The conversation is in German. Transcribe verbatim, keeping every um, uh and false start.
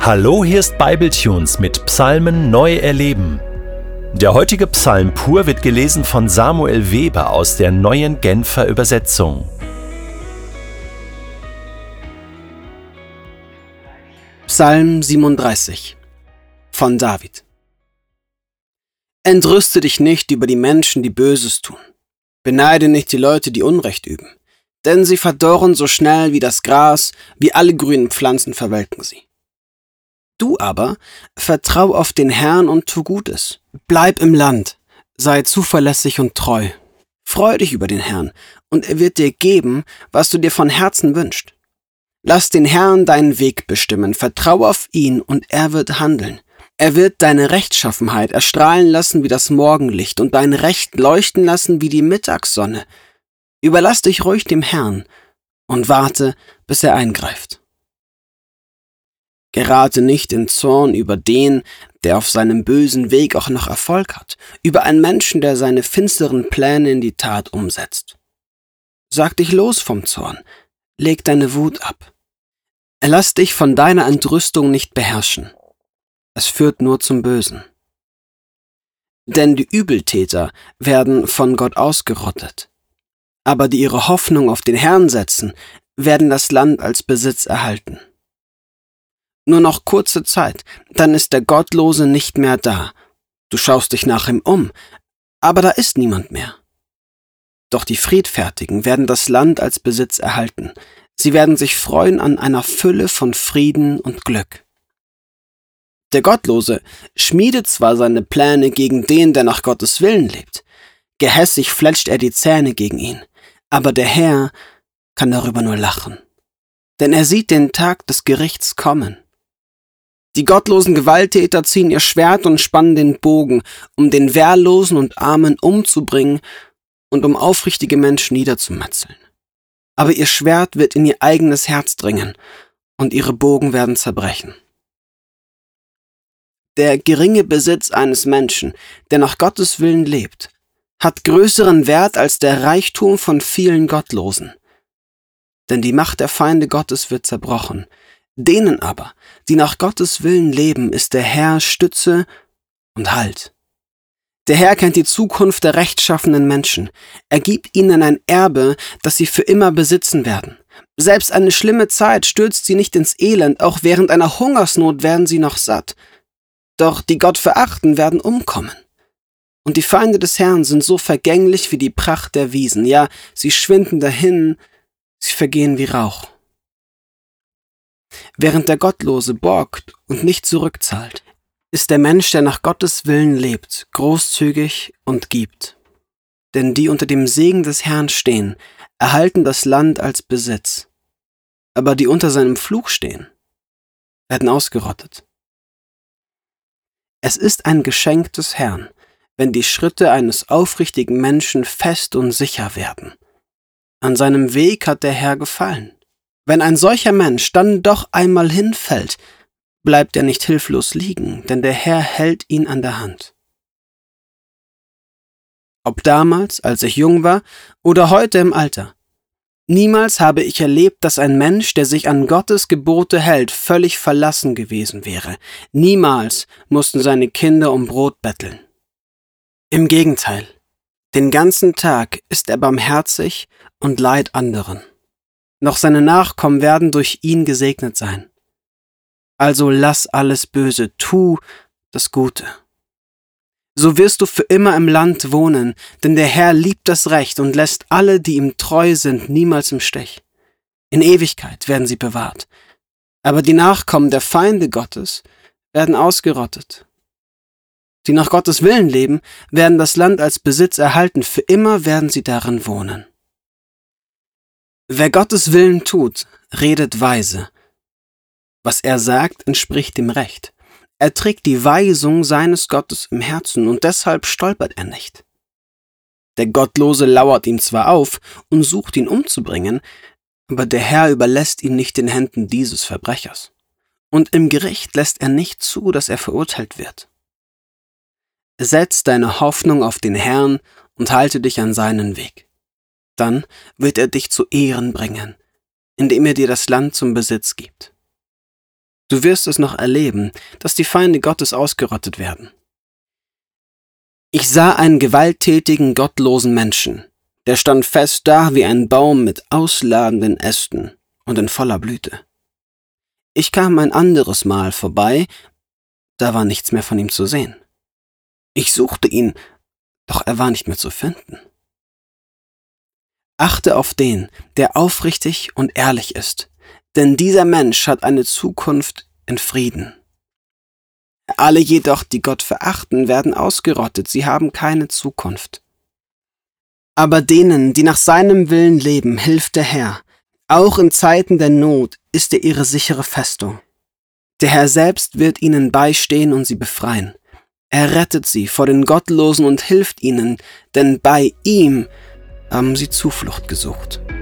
Hallo, hier ist Bibletunes mit Psalmen neu erleben. Der heutige Psalm pur wird gelesen von Samuel Weber aus der Neuen Genfer Übersetzung. Psalm siebenunddreißig von David. Entrüste dich nicht über die Menschen, die Böses tun. Beneide nicht die Leute, die Unrecht üben. Denn sie verdorren so schnell wie das Gras, wie alle grünen Pflanzen verwelken sie. Du aber, vertrau auf den Herrn und tu Gutes. Bleib im Land, sei zuverlässig und treu. Freu dich über den Herrn, und er wird dir geben, was du dir von Herzen wünschst. Lass den Herrn deinen Weg bestimmen, vertrau auf ihn, und er wird handeln. Er wird deine Rechtschaffenheit erstrahlen lassen wie das Morgenlicht und dein Recht leuchten lassen wie die Mittagssonne. Überlass dich ruhig dem Herrn und warte, bis er eingreift. Gerate nicht in Zorn über den, der auf seinem bösen Weg auch noch Erfolg hat, über einen Menschen, der seine finsteren Pläne in die Tat umsetzt. Sag dich los vom Zorn, leg deine Wut ab. Lass dich von deiner Entrüstung nicht beherrschen. Es führt nur zum Bösen. Denn die Übeltäter werden von Gott ausgerottet. Aber die ihre Hoffnung auf den Herrn setzen, werden das Land als Besitz erhalten. Nur noch kurze Zeit, dann ist der Gottlose nicht mehr da. Du schaust dich nach ihm um, aber da ist niemand mehr. Doch die Friedfertigen werden das Land als Besitz erhalten. Sie werden sich freuen an einer Fülle von Frieden und Glück. Der Gottlose schmiedet zwar seine Pläne gegen den, der nach Gottes Willen lebt. Gehässig fletscht er die Zähne gegen ihn. Aber der Herr kann darüber nur lachen. Denn er sieht den Tag des Gerichts kommen. Die gottlosen Gewalttäter ziehen ihr Schwert und spannen den Bogen, um den Wehrlosen und Armen umzubringen und um aufrichtige Menschen niederzumetzeln. Aber ihr Schwert wird in ihr eigenes Herz dringen und ihre Bogen werden zerbrechen. Der geringe Besitz eines Menschen, der nach Gottes Willen lebt, hat größeren Wert als der Reichtum von vielen Gottlosen. Denn die Macht der Feinde Gottes wird zerbrochen. Denen aber, die nach Gottes Willen leben, ist der Herr Stütze und Halt. Der Herr kennt die Zukunft der rechtschaffenen Menschen. Er gibt ihnen ein Erbe, das sie für immer besitzen werden. Selbst eine schlimme Zeit stürzt sie nicht ins Elend, auch während einer Hungersnot werden sie noch satt. Doch die Gott verachten, werden umkommen. Und die Feinde des Herrn sind so vergänglich wie die Pracht der Wiesen. Ja, sie schwinden dahin, sie vergehen wie Rauch. Während der Gottlose borgt und nicht zurückzahlt, ist der Mensch, der nach Gottes Willen lebt, großzügig und gibt. Denn die unter dem Segen des Herrn stehen, erhalten das Land als Besitz. Aber die unter seinem Fluch stehen, werden ausgerottet. Es ist ein Geschenk des Herrn, wenn die Schritte eines aufrichtigen Menschen fest und sicher werden. An seinem Weg hat der Herr gefallen. Wenn ein solcher Mensch dann doch einmal hinfällt, bleibt er nicht hilflos liegen, denn der Herr hält ihn an der Hand. Ob damals, als ich jung war, oder heute im Alter, niemals habe ich erlebt, dass ein Mensch, der sich an Gottes Gebote hält, völlig verlassen gewesen wäre. Niemals mussten seine Kinder um Brot betteln. Im Gegenteil, den ganzen Tag ist er barmherzig und leiht anderen. Noch seine Nachkommen werden durch ihn gesegnet sein. Also lass alles Böse, tu das Gute. So wirst du für immer im Land wohnen, denn der Herr liebt das Recht und lässt alle, die ihm treu sind, niemals im Stich. In Ewigkeit werden sie bewahrt. Aber die Nachkommen der Feinde Gottes werden ausgerottet. Die nach Gottes Willen leben, werden das Land als Besitz erhalten, für immer werden sie darin wohnen. Wer Gottes Willen tut, redet weise. Was er sagt, entspricht dem Recht. Er trägt die Weisung seines Gottes im Herzen und deshalb stolpert er nicht. Der Gottlose lauert ihm zwar auf und sucht ihn umzubringen, aber der Herr überlässt ihn nicht den Händen dieses Verbrechers. Und im Gericht lässt er nicht zu, dass er verurteilt wird. Setz deine Hoffnung auf den Herrn und halte dich an seinen Weg. Dann wird er dich zu Ehren bringen, indem er dir das Land zum Besitz gibt. Du wirst es noch erleben, dass die Feinde Gottes ausgerottet werden. Ich sah einen gewalttätigen, gottlosen Menschen. Der stand fest da wie ein Baum mit ausladenden Ästen und in voller Blüte. Ich kam ein anderes Mal vorbei, da war nichts mehr von ihm zu sehen. Ich suchte ihn, doch er war nicht mehr zu finden. Achte auf den, der aufrichtig und ehrlich ist, denn dieser Mensch hat eine Zukunft in Frieden. Alle jedoch, die Gott verachten, werden ausgerottet, sie haben keine Zukunft. Aber denen, die nach seinem Willen leben, hilft der Herr. Auch in Zeiten der Not ist er ihre sichere Festung. Der Herr selbst wird ihnen beistehen und sie befreien. Er rettet sie vor den Gottlosen und hilft ihnen, denn bei ihm haben sie Zuflucht gesucht.